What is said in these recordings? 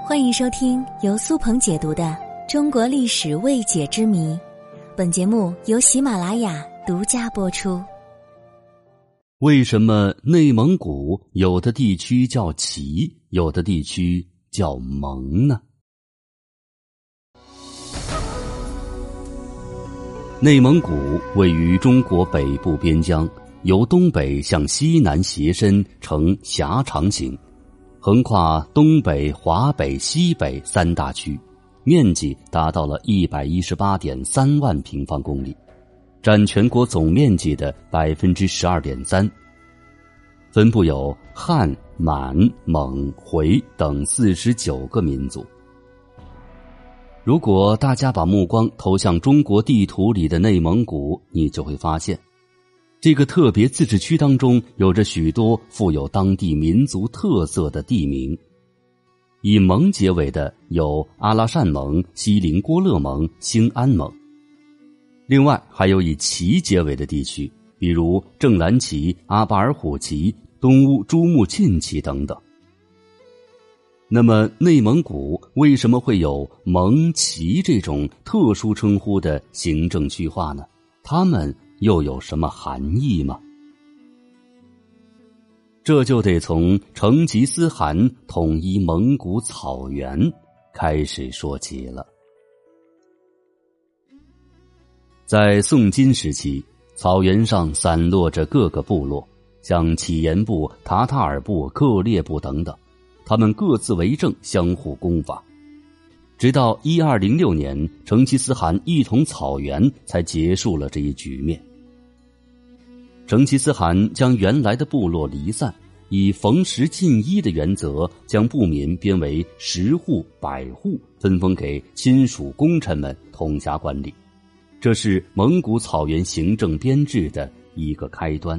欢迎收听由苏鹏解读的《中国历史未解之谜》，本节目由喜马拉雅独家播出。 为什么内蒙古有的地区叫齐，有的地区叫蒙呢？内蒙古位于中国北部边疆，由东北向西南斜伸呈狭长形，横跨东北、华北、西北三大区，面积达到了118.3万平方公里，占全国总面积的 12.3%。分布有汉、满、蒙、回等49个民族。如果大家把目光投向中国地图里的内蒙古，你就会发现，这个特别自治区当中有着许多富有当地民族特色的地名。以蒙结尾的有阿拉善盟、锡林郭勒盟、兴安盟。另外还有以旗结尾的地区，比如正蓝旗、阿巴尔虎旗、东乌珠穆沁旗等等。那么内蒙古为什么会有蒙旗这种特殊称呼的行政区划呢？它们又有什么含义吗？这就得从成吉思汗统一蒙古草原开始说起了。在宋金时期，草原上散落着各个部落，像乞颜部、塔塔尔部、克烈部等等，他们各自为政，相互攻伐。直到1206年，成吉思汗一统草原，才结束了这一局面。成吉思汗将原来的部落离散，以逢时进一的原则，将部民编为10户、100户，分封给亲属功臣们统辖管理。这是蒙古草原行政编制的一个开端。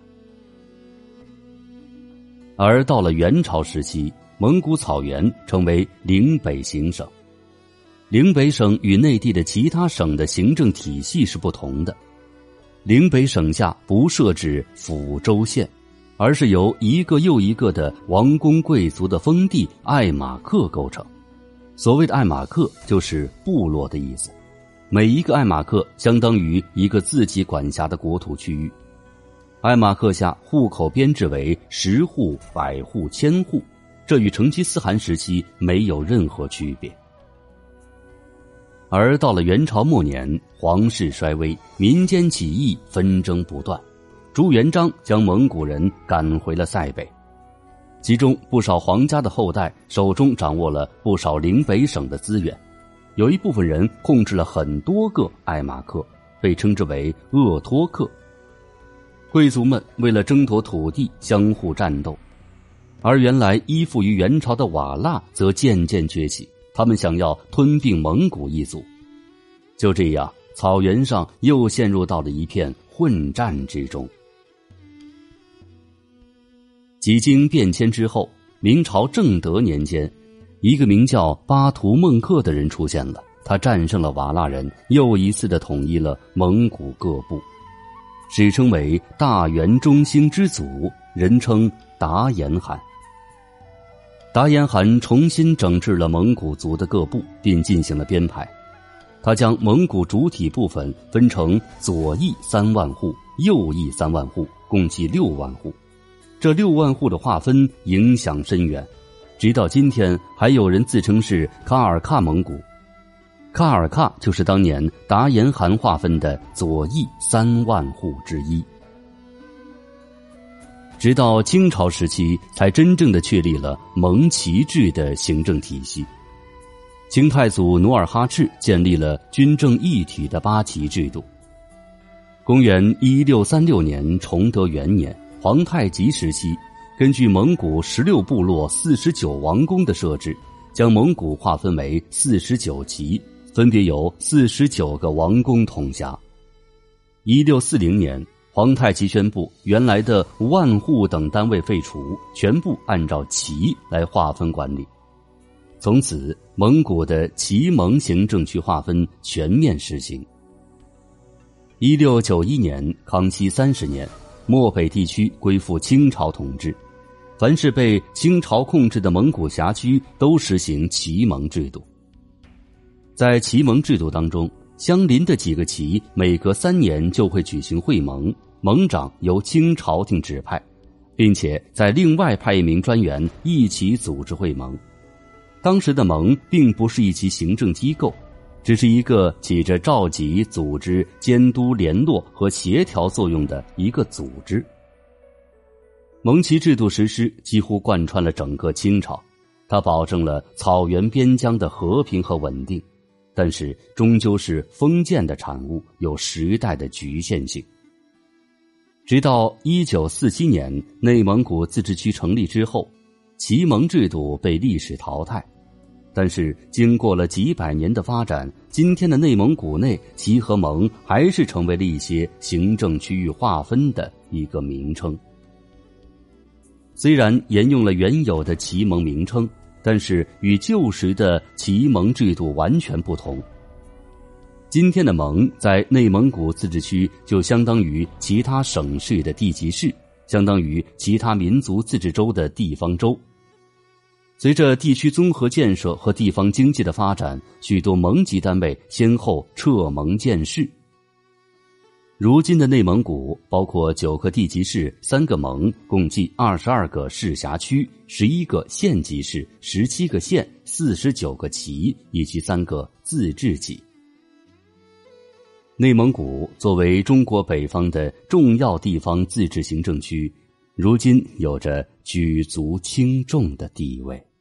而到了元朝时期，蒙古草原成为岭北行省。岭北省与内地的其他省的行政体系是不同的。岭北省下不设置府州县，而是由一个又一个的王公贵族的封地艾马克构成。所谓的艾马克就是部落的意思，每一个艾马克相当于一个自己管辖的国土区域。艾马克下户口编制为10户、100户、1000户，这与成吉思汗时期没有任何区别。而到了元朝末年，皇室衰微，民间起义纷争不断，朱元璋将蒙古人赶回了塞北，其中不少皇家的后代手中掌握了不少岭北省的资源，有一部分人控制了很多个艾马克，被称之为鄂托克。贵族们为了争夺土地相互战斗，而原来依附于元朝的瓦剌则渐渐崛起，他们想要吞并蒙古一族。就这样，草原上又陷入到了一片混战之中。几经变迁之后，明朝正德年间，一个名叫巴图孟克的人出现了，他战胜了瓦剌人，又一次的统一了蒙古各部，史称为大元中兴之祖，人称达延汗。达延汗重新整治了蒙古族的各部，并进行了编排。他将蒙古主体部分分成左翼3万户、右翼3万户，共计6万户。这6万户的划分影响深远，直到今天还有人自称是卡尔喀蒙古。卡尔喀就是当年达延汗划分的左翼3万户之一。直到清朝时期，才真正的确立了蒙旗制的行政体系。清太祖努尔哈赤建立了军政一体的八旗制度。公元1636年崇德元年，皇太极时期，根据蒙古16部落49王公的设置，将蒙古划分为49旗，分别由49个王公统辖。1640年，皇太极宣布原来的万户等单位废除，全部按照旗来划分管理。从此，蒙古的旗蒙行政区划分全面实行。1691年，康熙30年，漠北地区归附清朝统治。 凡是被清朝控制的蒙古辖区都实行旗盟制度。在旗盟制度当中，相邻的几个旗每隔3年就会举行会盟，盟长由清朝廷指派，并且再另外派一名专员一起组织会盟。当时的盟并不是一级行政机构，只是一个起着召集、组织、监督、联络和协调作用的一个组织。盟旗制度实施几乎贯穿了整个清朝，它保证了草原边疆的和平和稳定，但是终究是封建的产物，有时代的局限性。直到1947年内蒙古自治区成立之后，旗盟制度被历史淘汰。但是经过了几百年的发展，今天的内蒙古内旗和盟还是成为了一些行政区域划分的一个名称。虽然沿用了原有的旗盟名称，但是与旧时的旗盟制度完全不同。今天的盟在内蒙古自治区就相当于其他省市的地级市，相当于其他民族自治州的地方州。随着地区综合建设和地方经济的发展，许多盟级单位先后撤盟建市。如今的内蒙古包括9个地级市、3个盟，共计22个市辖区、11个县级市、17个县、49个旗以及3个自治旗。内蒙古作为中国北方的重要地方自治行政区，如今有着举足轻重的地位。